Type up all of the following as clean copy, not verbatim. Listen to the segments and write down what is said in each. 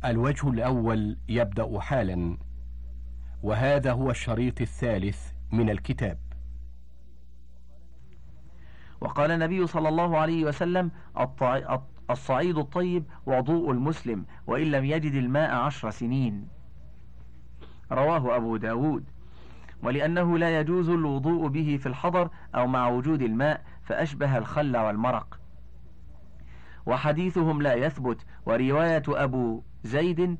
الوجه الأول يبدأ حالا، وهذا هو الشريط الثالث من الكتاب. وقال النبي صلى الله عليه وسلم: الصعيد الطيب وضوء المسلم، وإن لم يجد الماء 10 سنين. رواه أبو داود. ولأنه لا يجوز الوضوء به في الحضر أو مع وجود الماء، فأشبه الخل والمرق. وحديثهم لا يثبت، ورواية أبو زيد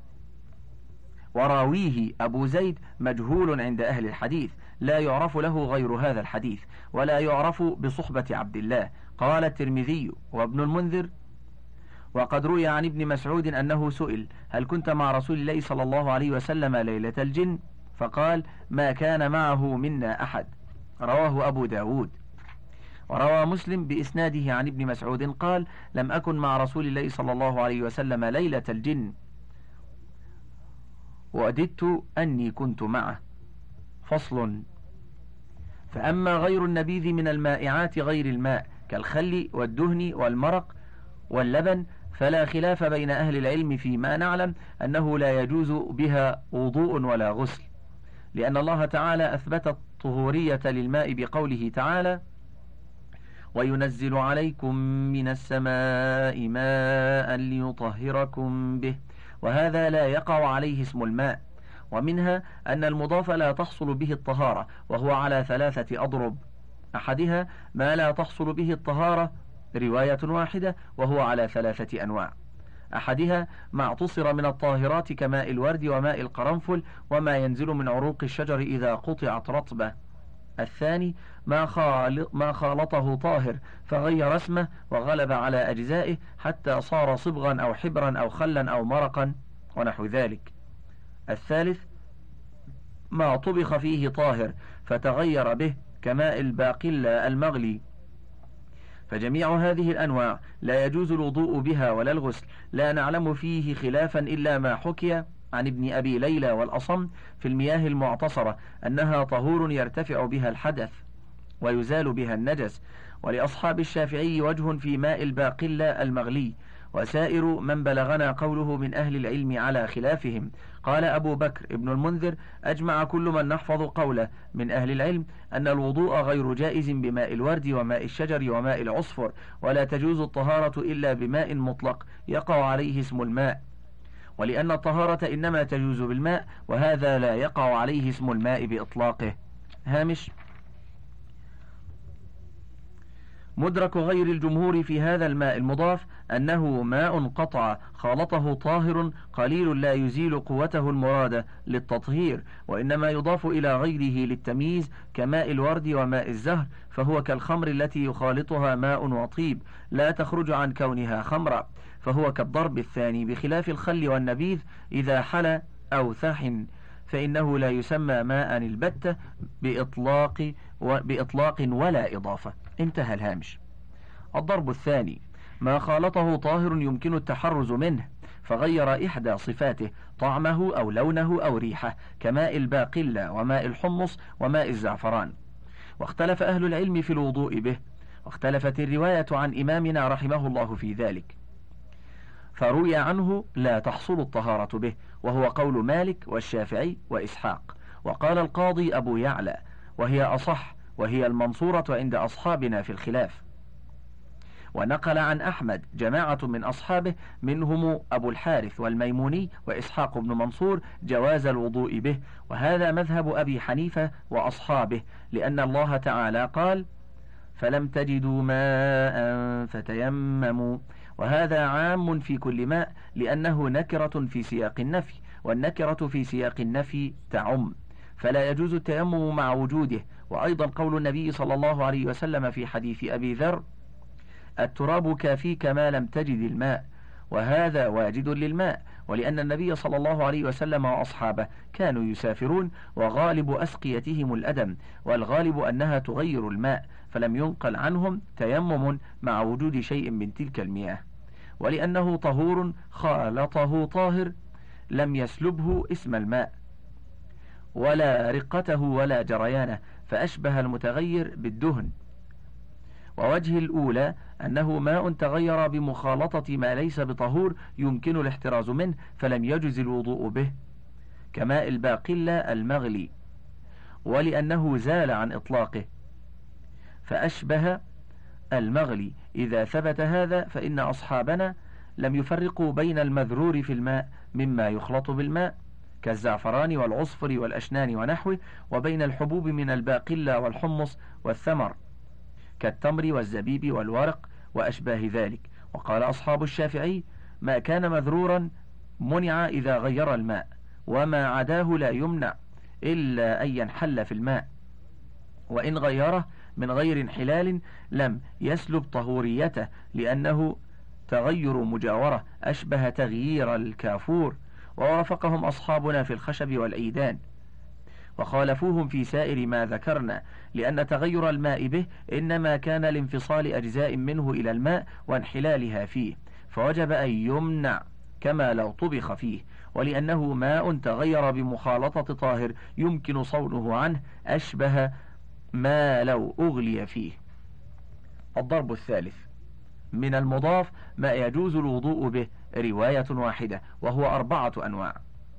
وراويه أبو زيد مجهول عند أهل الحديث، لا يعرف له غير هذا الحديث، ولا يعرف بصحبة عبد الله. قال الترمذي وابن المنذر: وقد روي عن ابن مسعود أنه سئل: هل كنت مع رسول الله صلى الله عليه وسلم ليلة الجن؟ فقال: ما كان معه منا أحد. رواه أبو داود. وروى مسلم بإسناده عن ابن مسعود قال: لم أكن مع رسول الله صلى الله عليه وسلم ليلة الجن، وأددت أني كنت معه. فصل. فأما غير النبيذ من المائعات غير الماء كالخل والدهن والمرق واللبن، فلا خلاف بين أهل العلم فيما نعلم أنه لا يجوز بها وضوء ولا غسل، لأن الله تعالى أثبت الطهورية للماء بقوله تعالى: وينزل عليكم من السماء ماء ليطهركم به، وهذا لا يقع عليه اسم الماء. ومنها أن المضاف لا تحصل به الطهارة، وهو على 3 أضرب: أحدها ما لا تحصل به الطهارة رواية واحدة، وهو على 3 أنواع. أحدها ما اعتصر من الطاهرات كماء الورد وماء القرنفل وما ينزل من عروق الشجر إذا قطعت رطبة. الثاني ما خالطه طاهر فغير اسمه وغلب على أجزائه حتى صار صبغا أو حبرا أو خلا أو مرقا ونحو ذلك. الثالث ما طبخ فيه طاهر فتغير به كماء الباقلة المغلي. فجميع هذه الأنواع لا يجوز الوضوء بها ولا الغسل، لا نعلم فيه خلافا إلا ما حكي عن ابن أبي ليلى والأصم في المياه المعتصرة أنها طهور يرتفع بها الحدث ويزال بها النجس. ولأصحاب الشافعي وجه في ماء الباقلة المغلي، وسائر من بلغنا قوله من أهل العلم على خلافهم. قال أبو بكر ابن المنذر: أجمع كل من نحفظ قوله من أهل العلم أن الوضوء غير جائز بماء الورد وماء الشجر وماء العصفر، ولا تجوز الطهارة إلا بماء مطلق يقع عليه اسم الماء، ولأن الطهارة إنما تجوز بالماء، وهذا لا يقع عليه اسم الماء بإطلاقه. هامش: مدرك غير الجمهور في هذا الماء المضاف أنه ماء قطع خالطه طاهر قليل لا يزيل قوته المرادة للتطهير، وإنما يضاف إلى غيره للتمييز كماء الورد وماء الزهر، فهو كالخمر التي يخالطها ماء وطيب لا تخرج عن كونها خمرا، فهو كالضرب الثاني، بخلاف الخل والنبيذ إذا حل أو ثحن فإنه لا يسمى ماء البتة بإطلاق ولا إضافة. انتهى الهامش. الضرب الثاني ما خالطه طاهر يمكن التحرز منه فغير إحدى صفاته طعمه أو لونه أو ريحه، كماء الباقلة وماء الحمص وماء الزعفران. واختلف أهل العلم في الوضوء به، واختلفت الرواية عن إمامنا رحمه الله في ذلك، فروي عنه لا تحصل الطهارة به، وهو قول مالك والشافعي وإسحاق. وقال القاضي أبو يعلى وهي أصح، وهي المنصورة عند أصحابنا في الخلاف. ونقل عن أحمد جماعة من أصحابه منهم أبو الحارث والميموني وإسحاق بن منصور جواز الوضوء به، وهذا مذهب أبي حنيفة وأصحابه، لأن الله تعالى قال: فلم تجدوا ماء فتيمموا، وهذا عام في كل ماء لأنه نكرة في سياق النفي، والنكرة في سياق النفي تعم، فلا يجوز التيمم مع وجوده. وأيضا قول النبي صلى الله عليه وسلم في حديث أبي ذر: التراب كافيك ما لم تجد الماء، وهذا واجد للماء، ولأن النبي صلى الله عليه وسلم وأصحابه كانوا يسافرون وغالب أسقيتهم الأدم، والغالب أنها تغير الماء، فلم ينقل عنهم تيمم مع وجود شيء من تلك المياه. ولأنه طهور خالطه طاهر لم يسلبه اسم الماء ولا رقته ولا جريانه، فأشبه المتغير بالدهن. ووجه الأولى أنه ماء تغير بمخالطة ما ليس بطهور يمكن الاحتراز منه فلم يجز الوضوء به، كماء الباقلة المغلي، ولأنه زال عن إطلاقه فأشبه المغلي. إذا ثبت هذا فإن أصحابنا لم يفرقوا بين المذرور في الماء مما يخلط بالماء كالزعفران والعصفر والأشنان ونحوه، وبين الحبوب من الباقلة والحمص والثمر كالتمر والزبيب والورق وأشباه ذلك. وقال أصحاب الشافعي: ما كان مذرورا منع إذا غير الماء، وما عداه لا يمنع إلا أن ينحل في الماء، وإن غيره من غير انحلال لم يسلب طهوريته، لأنه تغير مجاورة أشبه تغيير الكافور. ووافقهم أصحابنا في الخشب والعيدان، وخالفوهم في سائر ما ذكرنا، لأن تغير الماء به إنما كان لانفصال أجزاء منه إلى الماء وانحلالها فيه، فوجب أن يمنع كما لو طبخ فيه، ولأنه ماء تغير بمخالطة طاهر يمكن صونه عنه أشبه ما لو أغلي فيه. الضرب الثالث: من المضاف ما يجوز الوضوء به رواية واحدة، وهو 4 أنواع.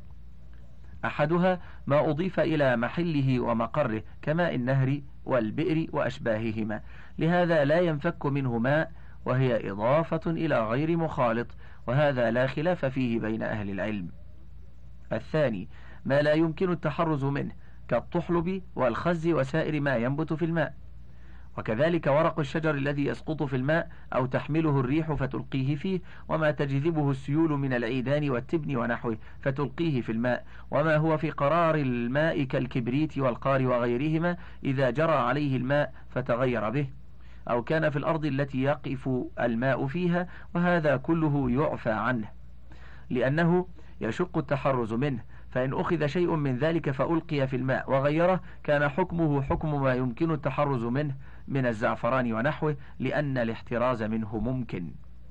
أحدها ما أضيف إلى محله ومقره كماء النهر والبئر وأشباههما، لهذا لا ينفك منه ماء، وهي إضافة إلى غير مخالط، وهذا لا خلاف فيه بين أهل العلم. الثاني ما لا يمكن التحرز منه كالطحلب والخز وسائر ما ينبت في الماء، وكذلك ورق الشجر الذي يسقط في الماء أو تحمله الريح فتلقيه فيه، وما تجذبه السيول من العيدان والتبن ونحوه فتلقيه في الماء، وما هو في قرار الماء كالكبريت والقار وغيرهما إذا جرى عليه الماء فتغير به، أو كان في الأرض التي يقف الماء فيها، وهذا كله يعفى عنه لأنه يشق التحرز منه، فإن أخذ شيء من ذلك فألقي في الماء وغيره كان حكمه حكم ما يمكن التحرز منه من الزعفران ونحوه، لأن الاحتراز منه ممكن.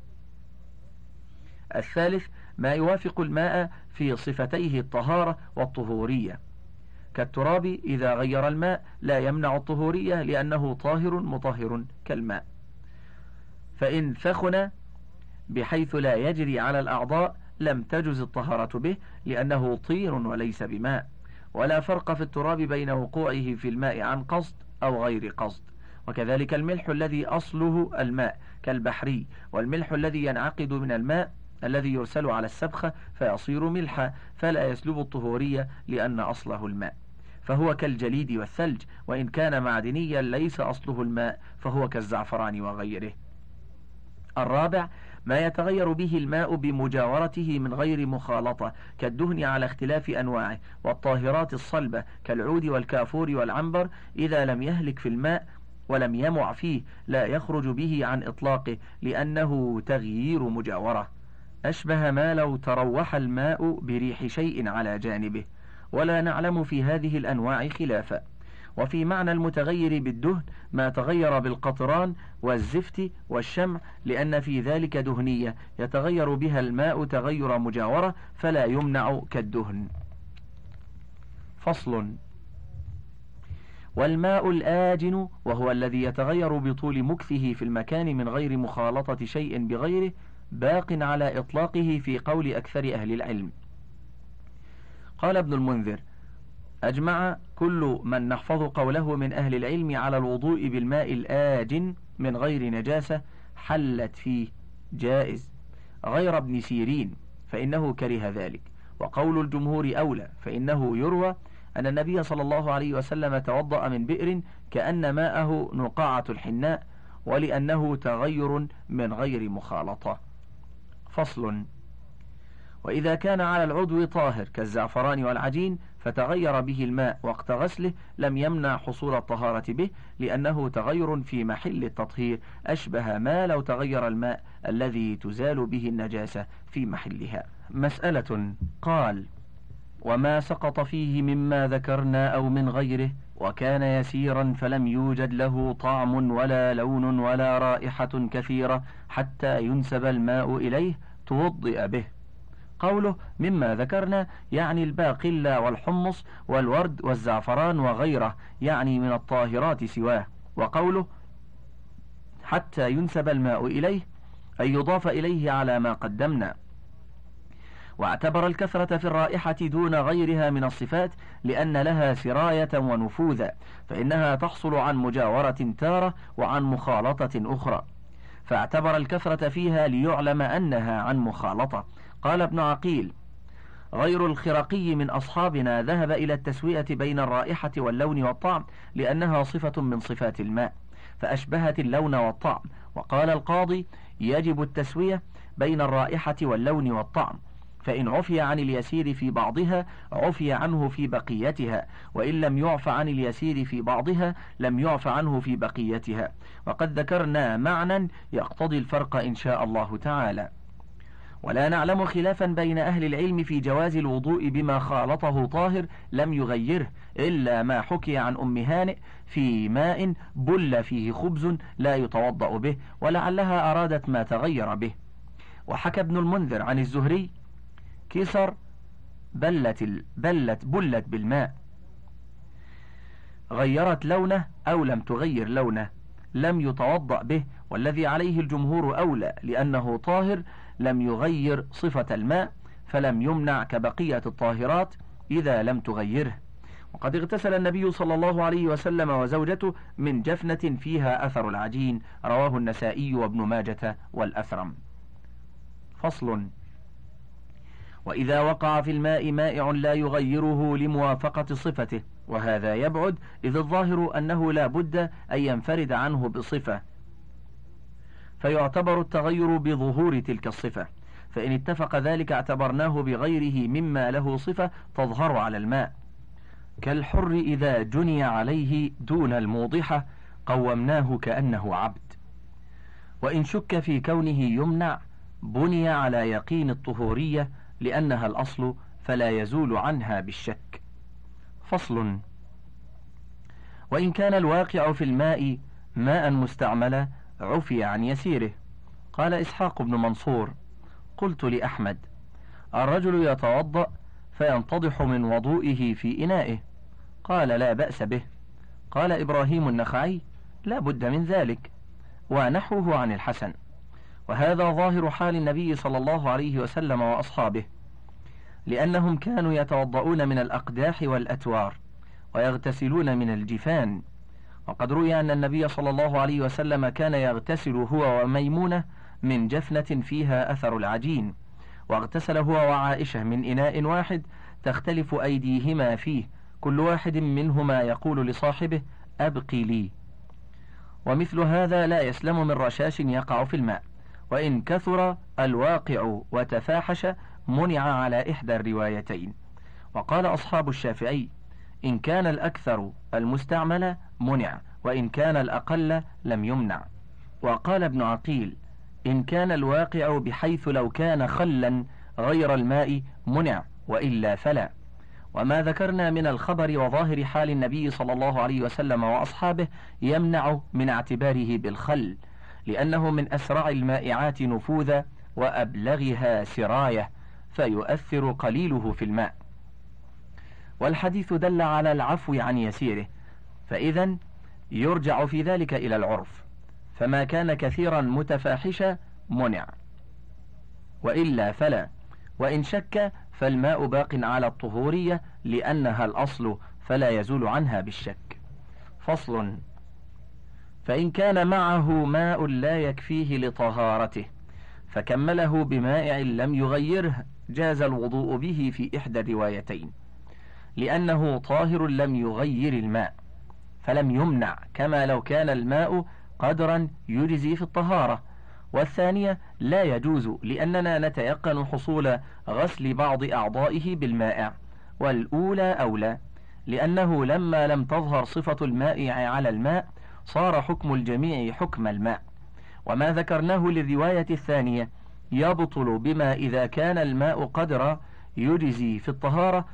الثالث ما يوافق الماء في صفتيه الطهارة والطهورية، كالتراب إذا غير الماء لا يمنع الطهورية لأنه طاهر مطهر كالماء، فإن ثخن بحيث لا يجري على الأعضاء لم تجز الطهارة به لأنه طين وليس بماء. ولا فرق في التراب بين وقوعه في الماء عن قصد أو غير قصد. وكذلك الملح الذي أصله الماء كالبحري، والملح الذي ينعقد من الماء الذي يرسل على السبخة فيصير ملحا فلا يسلب الطهورية لأن أصله الماء، فهو كالجليد والثلج، وإن كان معدنيا ليس أصله الماء فهو كالزعفران وغيره. الرابع ما يتغير به الماء بمجاورته من غير مخالطة كالدهن على اختلاف أنواعه، والطاهرات الصلبة كالعود والكافور والعنبر إذا لم يهلك في الماء ولم يمع فيه لا يخرج به عن إطلاقه لأنه تغيير مجاورة، أشبه ما لو تروح الماء بريح شيء على جانبه، ولا نعلم في هذه الأنواع خلافا. وفي معنى المتغير بالدهن ما تغير بالقطران والزفت والشمع، لأن في ذلك دهنية يتغير بها الماء تغير مجاورة فلا يمنع كالدهن. فصل: والماء الآجن وهو الذي يتغير بطول مكثه في المكان من غير مخالطة شيء بغيره باق على إطلاقه في قول أكثر أهل العلم. قال ابن المنذر: أجمع كل من نحفظ قوله من أهل العلم على الوضوء بالماء الآجن من غير نجاسة حلت فيه جائز، غير ابن سيرين فإنه كره ذلك، وقول الجمهور أولى، فإنه يروى أن النبي صلى الله عليه وسلم توضأ من بئر كأن ماءه نقاعة الحناء، ولأنه تغير من غير مخالطة. فصل: وإذا كان على العضو طاهر كالزعفران والعجين فتغير به الماء وقت غسله لم يمنع حصول الطهارة به، لأنه تغير في محل التطهير أشبه ما لو تغير الماء الذي تزال به النجاسة في محلها. مسألة: قال: وما سقط فيه مما ذكرنا أو من غيره وكان يسيرا فلم يوجد له طعم ولا لون ولا رائحة كثيرة حتى ينسب الماء إليه توضئ به. قوله مما ذكرنا يعني الباقلة والحمص والورد والزعفران وغيره، يعني من الطاهرات سواه. وقوله حتى ينسب الماء إليه أي يضاف إليه على ما قدمنا. واعتبر الكثرة في الرائحة دون غيرها من الصفات لأن لها سراية ونفوذا، فإنها تحصل عن مجاورة تارة وعن مخالطة أخرى، فاعتبر الكثرة فيها ليعلم أنها عن مخالطة. قال ابن عقيل: غير الخرقي من أصحابنا ذهب إلى التسوية بين الرائحة واللون والطعم لأنها صفة من صفات الماء فأشبهت اللون والطعم. وقال القاضي: يجب التسوية بين الرائحة واللون والطعم، فإن عفي عن اليسير في بعضها عفي عنه في بقيتها، وإن لم يعف عن اليسير في بعضها لم يعف عنه في بقيتها. وقد ذكرنا معنى يقتضي الفرق إن شاء الله تعالى. ولا نعلم خلافا بين أهل العلم في جواز الوضوء بما خالطه طاهر لم يغيره إلا ما حكي عن أم هانئ في ماء بل فيه خبز لا يتوضأ به، ولعلها أرادت ما تغير به. وحكى ابن المنذر عن الزهري: كسر بلت بالماء، غيرت لونه أو لم تغير لونه لم يتوضأ به، والذي عليه الجمهور أولى لأنه طاهر لم يغير صفة الماء فلم يمنع كبقية الطاهرات إذا لم تغيره. وقد اغتسل النبي صلى الله عليه وسلم وزوجته من جفنة فيها أثر العجين، رواه النسائي وابن ماجة والأثرم. فصل: وإذا وقع في الماء مائع لا يغيره لموافقة صفته، وهذا يبعد إذ الظاهر أنه لا بد أن ينفرد عنه بصفة، فيعتبر التغير بظهور تلك الصفة، فإن اتفق ذلك اعتبرناه بغيره مما له صفة تظهر على الماء، كالحر إذا جني عليه دون الموضحة قومناه كأنه عبد. وإن شك في كونه يمنع بني على يقين الطهورية لأنها الأصل فلا يزول عنها بالشك. فصل: وإن كان الواقع في الماء ماء مستعملا عفي عن يسيره. قال إسحاق بن منصور: قلت لأحمد: الرجل يتوضأ فينتضح من وضوئه في إنائه. قال: لا بأس به. قال إبراهيم النخعي: لا بد من ذلك. ونحوه عن الحسن. وهذا ظاهر حال النبي صلى الله عليه وسلم وأصحابه، لأنهم كانوا يتوضؤون من الأقداح والأتوار ويغتسلون من الجفان. وقد روي أن النبي صلى الله عليه وسلم كان يغتسل هو وميمونة من جفنة فيها أثر العجين، واغتسل هو وعائشة من إناء واحد تختلف أيديهما فيه، كل واحد منهما يقول لصاحبه: أبقي لي. ومثل هذا لا يسلم من رشاش يقع في الماء، وإن كثر الواقع وتفاحش منع على إحدى الروايتين. وقال أصحاب الشافعي: إن كان الأكثر المستعمل منع، وإن كان الأقل لم يمنع. وقال ابن عقيل: إن كان الواقع بحيث لو كان خلا غير الماء منع، وإلا فلا. وما ذكرنا من الخبر وظاهر حال النبي صلى الله عليه وسلم وأصحابه يمنع من اعتباره بالخل، لأنه من أسرع المائعات نفوذا وأبلغها سراية، فيؤثر قليله في الماء. والحديث دل على العفو عن يسيره، فإذا يرجع في ذلك إلى العرف، فما كان كثيرا متفاحشا منع، وإلا فلا. وإن شك فالماء باق على الطهورية لأنها الأصل فلا يزول عنها بالشك. فصل: فإن كان معه ماء لا يكفيه لطهارته فكمله بمائع لم يغيره جاز الوضوء به في إحدى الروايتين، لأنه طاهر لم يغير الماء فلم يمنع، كما لو كان الماء قدرا يجزي في الطهارة. والثانية لا يجوز لأننا نتيقن حصول غسل بعض أعضائه بالمائع، والأولى أولى، لأنه لما لم تظهر صفة المائع على الماء صار حكم الجميع حكم الماء. وما ذكرناه للرواية الثانية يبطل بما إذا كان الماء قدر يجزي في الطهارة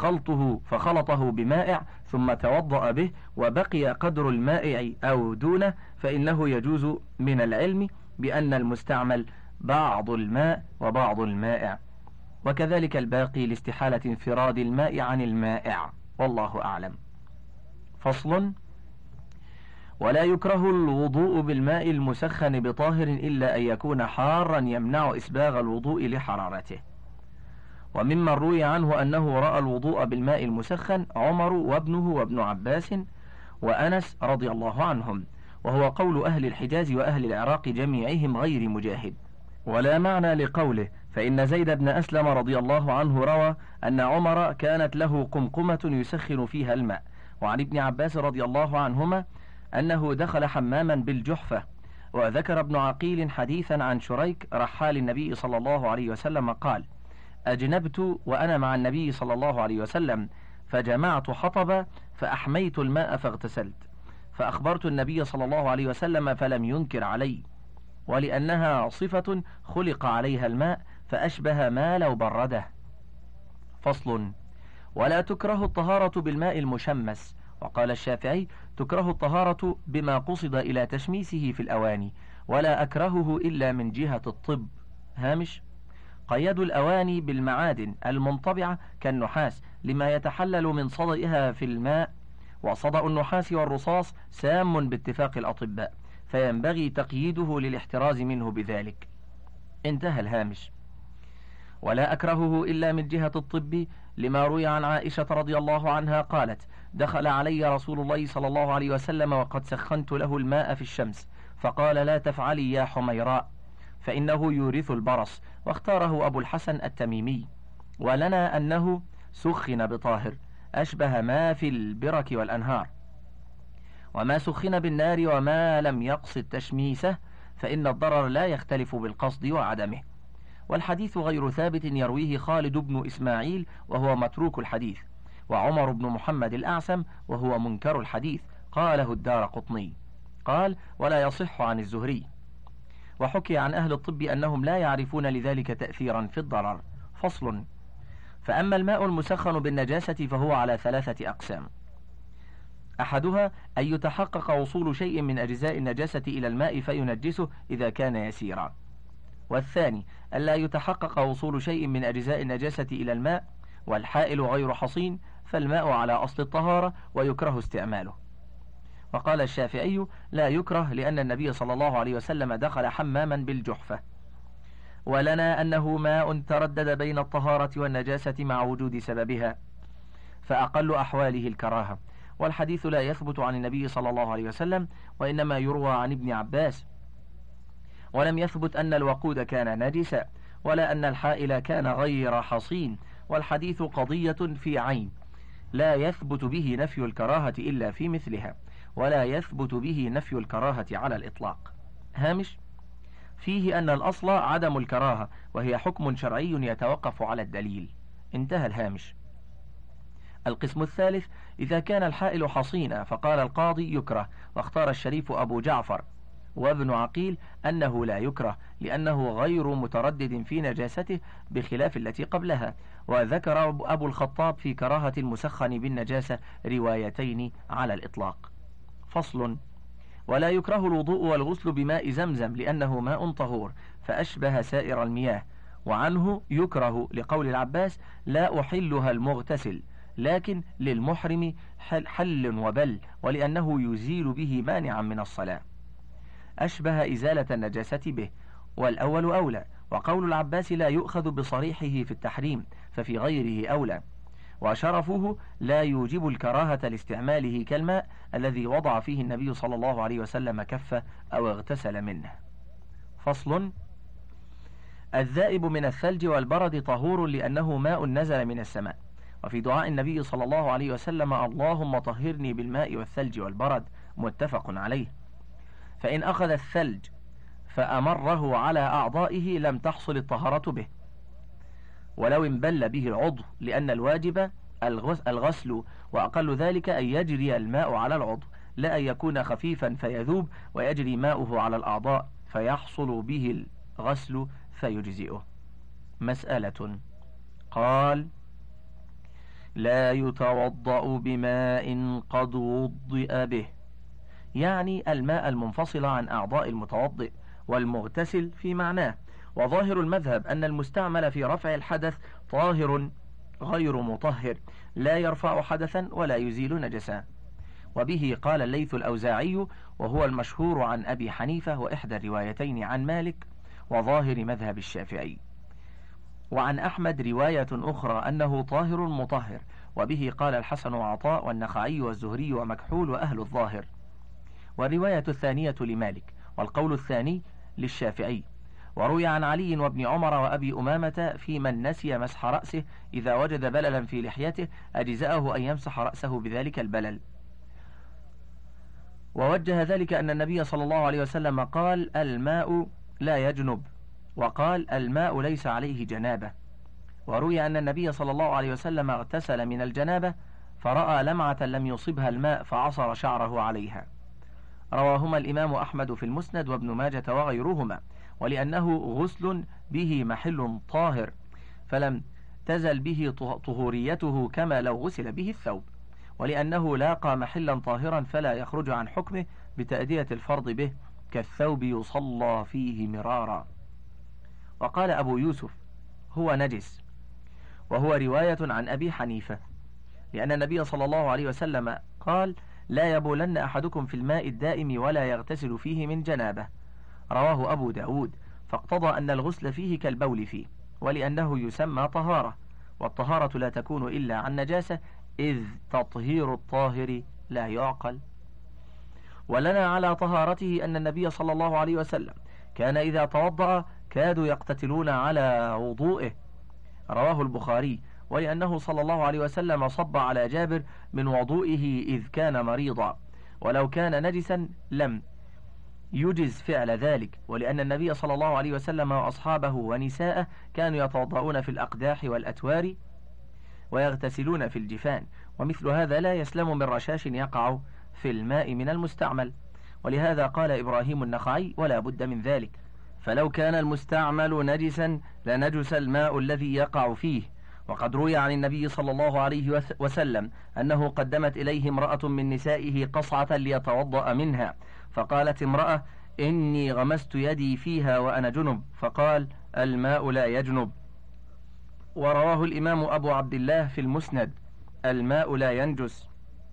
فخلطه بمائع ثم توضأ به وبقي قدر المائع أو دونه، فإنه يجوز من العلم بأن المستعمل بعض الماء وبعض المائع، وكذلك الباقي لاستحالة انفراد الماء عن المائع، والله أعلم. فصل: ولا يكره الوضوء بالماء المسخن بطاهر إلا أن يكون حارا يمنع إسباغ الوضوء لحرارته. وممن روي عنه أنه رأى الوضوء بالماء المسخن عمر وابنه وابن عباس وأنس رضي الله عنهم، وهو قول أهل الحجاز وأهل العراق جميعهم غير مجاهد. ولا معنى لقوله، فإن زيد بن أسلم رضي الله عنه روى أن عمر كانت له قمقمة يسخن فيها الماء، وعن ابن عباس رضي الله عنهما أنه دخل حماما بالجحفة. وذكر ابن عقيل حديثا عن شريك رحال النبي صلى الله عليه وسلم قال: أجنبت وأنا مع النبي صلى الله عليه وسلم فجمعت حطبا فأحميت الماء فاغتسلت، فأخبرت النبي صلى الله عليه وسلم فلم ينكر علي، ولأنها صفة خلق عليها الماء فأشبه ما لو برده. فصل: ولا تكره الطهارة بالماء المشمس. وقال الشافعي: تكره الطهارة بما قصد إلى تشميسه في الأواني، ولا أكرهه إلا من جهة الطب. هامش: قيدوا الأواني بالمعادن المنطبعة كالنحاس لما يتحلل من صدئها في الماء، وصدأ النحاس والرصاص سام باتفاق الأطباء، فينبغي تقييده للاحتراز منه بذلك. انتهى الهامش. ولا أكرهه إلا من جهة الطب لما روي عن عائشة رضي الله عنها قالت: دخل علي رسول الله صلى الله عليه وسلم وقد سخنت له الماء في الشمس، فقال: لا تفعلي يا حميراء فإنه يورث البرص. واختاره أبو الحسن التميمي. ولنا أنه سخن بطاهر أشبه ما في البرك والأنهار، وما سخن بالنار وما لم يقصد تشميسه فإن الضرر لا يختلف بالقصد وعدمه. والحديث غير ثابت يرويه خالد بن إسماعيل وهو متروك الحديث، وعمر بن محمد الأعسم وهو منكر الحديث، قاله الدارقطني. قال: ولا يصح عن الزهري. وحكي عن أهل الطب أنهم لا يعرفون لذلك تأثيرا في الضرر. فصل: فأما الماء المسخن بالنجاسة فهو على 3 أقسام: أحدها أن يتحقق وصول شيء من أجزاء النجاسة إلى الماء فينجسه إذا كان يسيرا، والثاني ألا يتحقق وصول شيء من أجزاء النجاسة إلى الماء والحائل غير حصين، فالماء على أصل الطهارة ويكره استعماله. وقال الشافعي: لا يكره لأن النبي صلى الله عليه وسلم دخل حماما بالجحفة. ولنا أنه ماء تردد بين الطهارة والنجاسة مع وجود سببها، فأقل أحواله الكراهة. والحديث لا يثبت عن النبي صلى الله عليه وسلم، وإنما يروى عن ابن عباس، ولم يثبت أن الوقود كان نجسا ولا أن الحائل كان غير حصين. والحديث قضية في عين، لا يثبت به نفي الكراهة إلا في مثلها، ولا يثبت به نفي الكراهة على الإطلاق. هامش: فيه أن الأصل عدم الكراهة، وهي حكم شرعي يتوقف على الدليل. انتهى الهامش. القسم الثالث: إذا كان الحائل حصينا، فقال القاضي يكره، واختار الشريف أبو جعفر وابن عقيل أنه لا يكره لأنه غير متردد في نجاسته بخلاف التي قبلها. وذكر أبو الخطاب في كراهة المسخن بالنجاسة روايتين على الإطلاق. فصل: ولا يكره الوضوء والغسل بماء زمزم لأنه ماء طهور فأشبه سائر المياه، وعنه يكره لقول العباس: لا أحلها المغتسل، لكن للمحرم حل وبل، ولأنه يزيل به مانعا من الصلاة، أشبه إزالة النجاسة به، والأول أولى. وقول العباس لا يؤخذ بصريحه في التحريم، ففي غيره أولى. وشرفه لا يوجب الكراهة لاستعماله كالماء الذي وضع فيه النبي صلى الله عليه وسلم كفه أو اغتسل منه. فصل: الذائب من الثلج والبرد طهور لأنه ماء نزل من السماء. وفي دعاء النبي صلى الله عليه وسلم: اللهم طهرني بالماء والثلج والبرد، متفق عليه. فإن أخذ الثلج فأمره على أعضائه لم تحصل الطهارة به، ولو انبل به العضو، لأن الواجب الغسل، وأقل ذلك أن يجري الماء على العضو، لا أن يكون خفيفا فيذوب ويجري ماؤه على الأعضاء فيحصل به الغسل فيجزئه. مسألة: قال: لا يتوضأ بماء قد وضئ به، يعني الماء المنفصل عن أعضاء المتوضئ، والمغتسل في معناه. وظاهر المذهب أن المستعمل في رفع الحدث طاهر غير مطهر، لا يرفع حدثا ولا يزيل نجسا. وبه قال الليث الأوزاعي، وهو المشهور عن أبي حنيفة وإحدى الروايتين عن مالك وظاهر مذهب الشافعي. وعن أحمد رواية أخرى أنه طاهر مطهر، وبه قال الحسن وعطاء والنخعي والزهري ومكحول وأهل الظاهر. والرواية الثانية لمالك، والقول الثاني للشافعي. وروي عن علي وابن عمر وأبي أمامة في من نسي مسح رأسه إذا وجد بللا في لحيته أجزأه أن يمسح رأسه بذلك البلل. ووجه ذلك أن النبي صلى الله عليه وسلم قال الماء لا يجنب، وقال الماء ليس عليه جنابة. وروي أن النبي صلى الله عليه وسلم اغتسل من الجنابة فرأى لمعة لم يصبها الماء فعصر شعره عليها. رواهما الإمام أحمد في المسند وابن ماجة وغيرهما، ولأنه غسل به محل طاهر فلم تزل به طهوريته كما لو غسل به الثوب، ولأنه لاقى محلا طاهرا فلا يخرج عن حكمه بتأدية الفرض به كالثوب يصلى فيه مرارا. وقال أبو يوسف هو نجس، وهو رواية عن أبي حنيفة، لأن النبي صلى الله عليه وسلم قال لا يبولن أحدكم في الماء الدائم ولا يغتسل فيه من جنابه. رواه أبو داود، فاقتضى أن الغسل فيه كالبول فيه، ولأنه يسمى طهارة، والطهارة لا تكون إلا عن نجاسة، إذ تطهير الطاهر لا يعقل. ولنا على طهارته أن النبي صلى الله عليه وسلم كان إذا توضأ كادوا يقتتلون على وضوئه، رواه البخاري. ولأنه صلى الله عليه وسلم صب على جابر من وضوئه إذ كان مريضا، ولو كان نجسا لم يجز فعل ذلك، ولأن النبي صلى الله عليه وسلم وأصحابه ونساءه كانوا يتوضؤون في الأقداح والأتوار ويغتسلون في الجفان، ومثل هذا لا يسلم من رشاش يقع في الماء من المستعمل. ولهذا قال إبراهيم النخعي ولا بد من ذلك، فلو كان المستعمل نجسا لنجس الماء الذي يقع فيه. وقد روي عن النبي صلى الله عليه وسلم أنه قدمت إليه امرأة من نسائه قصعة ليتوضأ منها، فقالت امرأة إني غمست يدي فيها وأنا جنب، فقال الماء لا يجنب. ورواه الإمام أبو عبد الله في المسند الماء لا ينجس.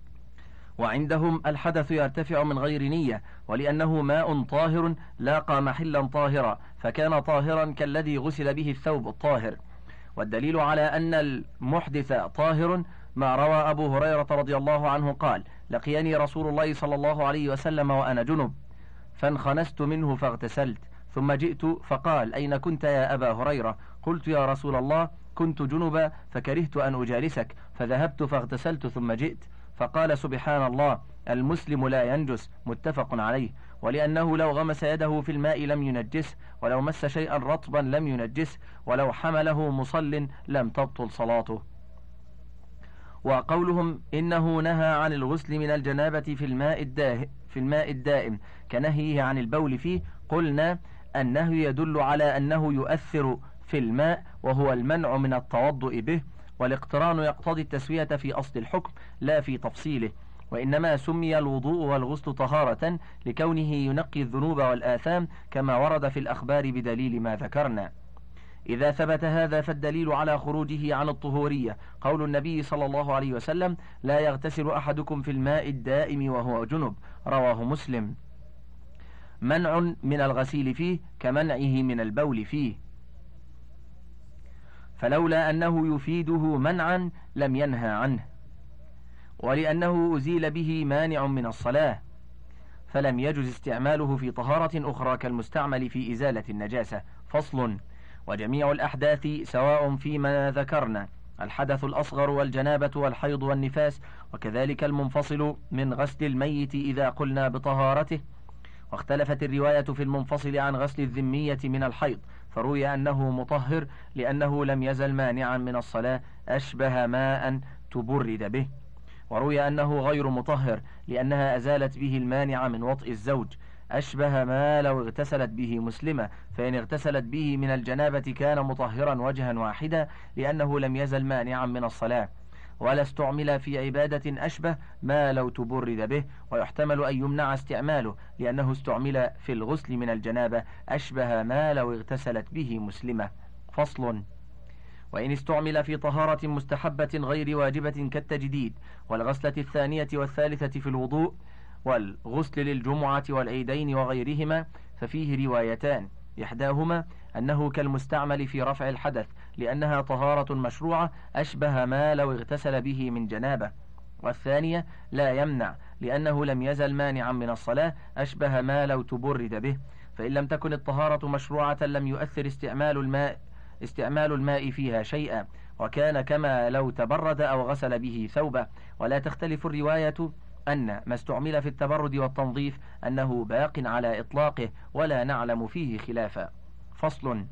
وعندهم الحدث يرتفع من غير نية، ولأنه ماء طاهر لاقى محلا طاهرا فكان طاهرا كالذي غسل به الثوب الطاهر. والدليل على أن المحدث طاهر ما روى أبو هريرة رضي الله عنه قال لقيني رسول الله صلى الله عليه وسلم وأنا جنب فانخنست منه فاغتسلت، ثم جئت فقال أين كنت يا أبا هريرة؟ قلت يا رسول الله كنت جنبا فكرهت أن أجالسك، فذهبت فاغتسلت ثم جئت. فقال سبحان الله المسلم لا ينجس، متفق عليه. ولأنه لو غمس يده في الماء لم ينجسه، ولو مس شيئا رطبا لم ينجسه، ولو حمله مصل لم تبطل صلاته. وقولهم إنه نهى عن الغسل من الجنابة في الماء الدائم كنهيه عن البول فيه، قلنا النهي يدل على أنه يؤثر في الماء وهو المنع من التوضؤ به، والاقتران يقتضي التسوية في أصل الحكم لا في تفصيله، وإنما سمي الوضوء والغسل طهارة لكونه ينقي الذنوب والآثام كما ورد في الأخبار بدليل ما ذكرنا. إذا ثبت هذا فالدليل على خروجه عن الطهورية قول النبي صلى الله عليه وسلم لا يغتسل أحدكم في الماء الدائم وهو جنب، رواه مسلم. منع من الغسيل فيه كمنعه من البول فيه، فلولا أنه يفيده منعا لم ينهى عنه، ولأنه أزيل به مانع من الصلاة فلم يجز استعماله في طهارة أخرى كالمستعمل في إزالة النجاسة. فصل. وجميع الأحداث سواء فيما ذكرنا الحدث الأصغر والجنابة والحيض والنفاس، وكذلك المنفصل من غسل الميت إذا قلنا بطهارته. واختلفت الرواية في المنفصل عن غسل الذمية من الحيض، فروي أنه مطهر لأنه لم يزل مانعا من الصلاة أشبه ماء تبرد به، وروي أنه غير مطهر لأنها أزالت به المانع من وطئ الزوج أشبه ما لو اغتسلت به مسلمة، فإن اغتسلت به من الجنابة كان مطهرا وجها واحدا لأنه لم يزل مانعا من الصلاة. ولا استعمل في عبادة أشبه ما لو تبرد به، ويحتمل أن يمنع استعماله لأنه استعمل في الغسل من الجنابة أشبه ما لو اغتسلت به مسلمة. فصل. وإن استعمل في طهارة مستحبة غير واجبة كالتجديد والغسلة الثانية والثالثة في الوضوء والغسل للجمعة والعيدين وغيرهما ففيه روايتان، إحداهما أنه كالمستعمل في رفع الحدث لأنها طهارة مشروعة أشبه ما لو اغتسل به من جنابة، والثانية لا يمنع لأنه لم يزل مانعا من الصلاة أشبه ما لو تبرد به، فإن لم تكن الطهارة مشروعة لم يؤثر استعمال الماء فيها شيئا، وكان كما لو تبرد أو غسل به ثوبه. ولا تختلف الرواية أن ما استعمل في التبرد والتنظيف أنه باق على إطلاقه ولا نعلم فيه خلافا. فصل.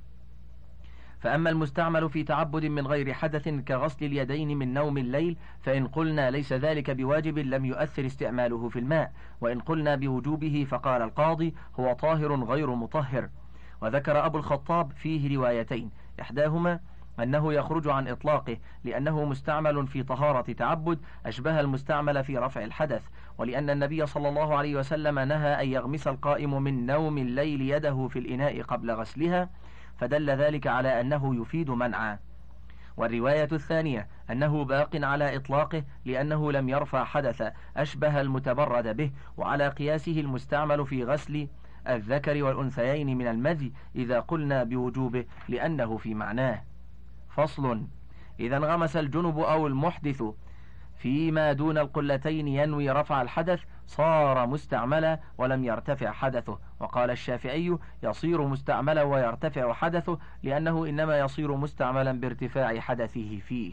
فأما المستعمل في تعبد من غير حدث كغسل اليدين من نوم الليل فإن قلنا ليس ذلك بواجب لم يؤثر استعماله في الماء، وإن قلنا بوجوبه فقال القاضي هو طاهر غير مطهر. وذكر أبو الخطاب فيه روايتين، إحداهما أنه يخرج عن إطلاقه لأنه مستعمل في طهارة تعبد أشبه المستعمل في رفع الحدث، ولأن النبي صلى الله عليه وسلم نهى أن يغمس القائم من نوم الليل يده في الإناء قبل غسلها، فدل ذلك على أنه يفيد منعا. والرواية الثانية أنه باق على إطلاقه لأنه لم يرفع حدث أشبه المتبرد به، وعلى قياسه المستعمل في غسل الذكر والأنثيين من المذي إذا قلنا بوجوبه لأنه في معناه. فصل. إذا انغمس الجنب أو المحدث فيما دون القلتين ينوي رفع الحدث صار مستعملا ولم يرتفع حدثه، وقال الشافعي يصير مستعملا ويرتفع حدثه لأنه إنما يصير مستعملا بارتفاع حدثه فيه.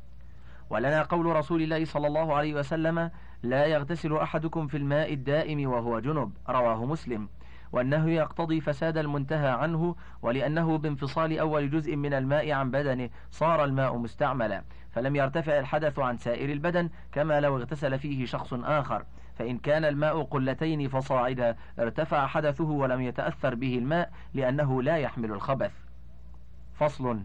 ولنا قول رسول الله صلى الله عليه وسلم لا يغتسل أحدكم في الماء الدائم وهو جنب، رواه مسلم، وأنه يقتضي فساد المنتهى عنه، ولأنه بانفصال أول جزء من الماء عن بدنه صار الماء مستعملا، فلم يرتفع الحدث عن سائر البدن كما لو اغتسل فيه شخص آخر، فإن كان الماء قلتين فصاعدا ارتفع حدثه ولم يتأثر به الماء لأنه لا يحمل الخبث. فصل.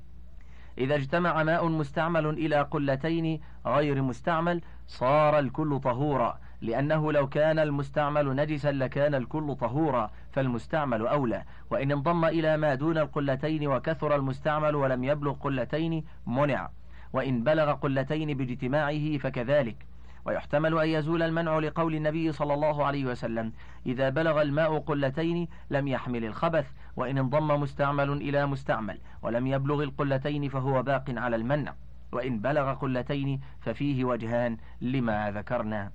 إذا اجتمع ماء مستعمل إلى قلتين غير مستعمل صار الكل طهورا، لأنه لو كان المستعمل نجسا لكان الكل طهورا، فالمستعمل أولى. وإن انضم إلى ما دون القلتين وكثر المستعمل ولم يبلغ قلتين منع، وإن بلغ قلتين باجتماعه فكذلك. ويحتمل أن يزول المنع لقول النبي صلى الله عليه وسلم إذا بلغ الماء قلتين لم يحمل الخبث، وإن انضم مستعمل إلى مستعمل ولم يبلغ القلتين فهو باق على المنع، وإن بلغ قلتين ففيه وجهان لما ذكرنا.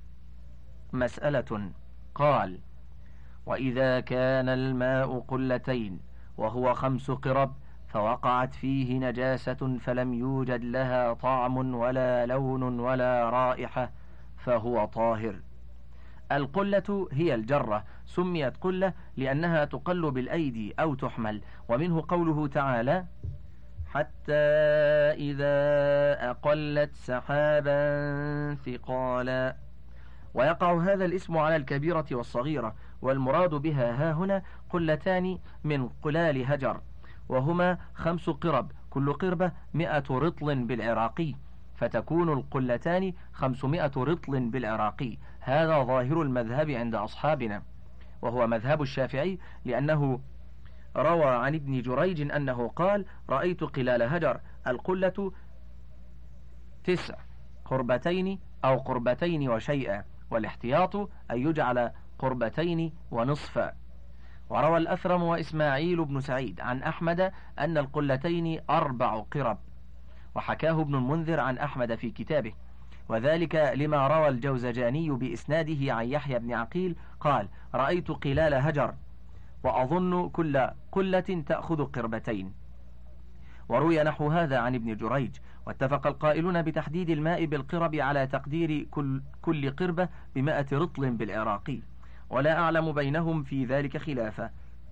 مسألة. قال: وإذا كان الماء قلتين وهو 5 قرب فوقعت فيه نجاسة فلم يوجد لها طعم ولا لون ولا رائحة فهو طاهر. القلة هي الجرة، سميت قلة لأنها تقل بالأيدي أو تحمل، ومنه قوله تعالى: حتى إذا أقلت سحابا ثقالا. ويقع هذا الاسم على الكبيرة والصغيرة، والمراد بها هاهنا قلتان من قلال هجر، وهما 5 قرب، كل قربة 100 رطل بالعراقي، فتكون القلتان 500 رطل بالعراقي. هذا ظاهر المذهب عند أصحابنا، وهو مذهب الشافعي، لأنه روى عن ابن جريج أنه قال: رأيت قلال هجر، القلة 9 قربتين أو قربتين وشيئا، والاحتياط أن يجعل قربتين ونصفا. وروى الأثرم وإسماعيل بن سعيد عن أحمد أن القلتين 4 قرب، وحكاه ابن المنذر عن أحمد في كتابه، وذلك لما روى الجوزجاني بإسناده عن يحيى بن عقيل قال: رأيت قلال هجر وأظن كل قلة تأخذ قربتين. وروي نحو هذا عن ابن جريج. واتفق القائلون بتحديد الماء بالقرب على تقدير كل قربة 100 رطل بالعراقي، ولا أعلم بينهم في ذلك خلافا،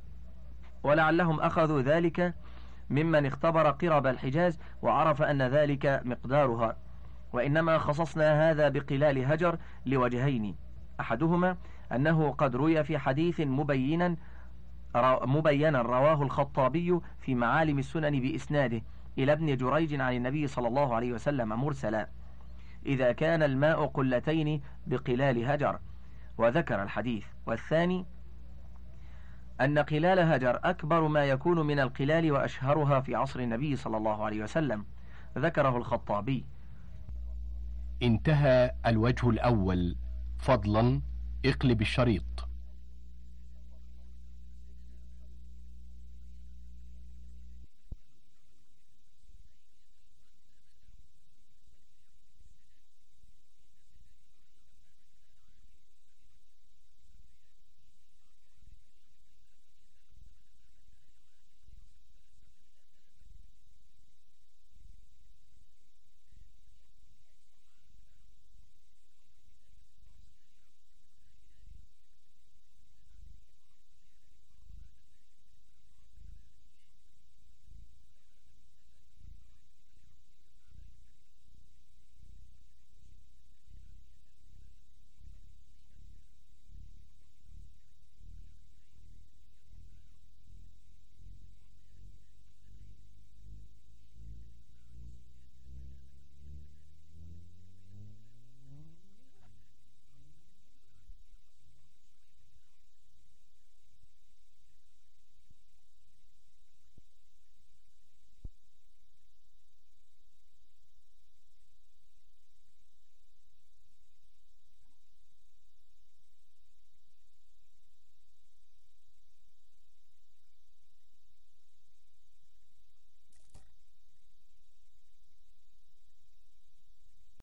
ولعلهم أخذوا ذلك ممن اختبر قرب الحجاز وعرف أن ذلك مقدارها. وإنما خصصنا هذا بقلال هجر لوجهين، أحدهما أنه قد روي في حديث مبينا رواه الخطابي في معالم السنن بإسناده إلى ابن جريج عن النبي صلى الله عليه وسلم مرسلا: إذا كان الماء قلتين بقلال هجر، وذكر الحديث. والثاني أن قلال هجر أكبر ما يكون من القلال وأشهرها في عصر النبي صلى الله عليه وسلم، ذكره الخطابي. انتهى الوجه الأول. فضلا اقلب الشريط.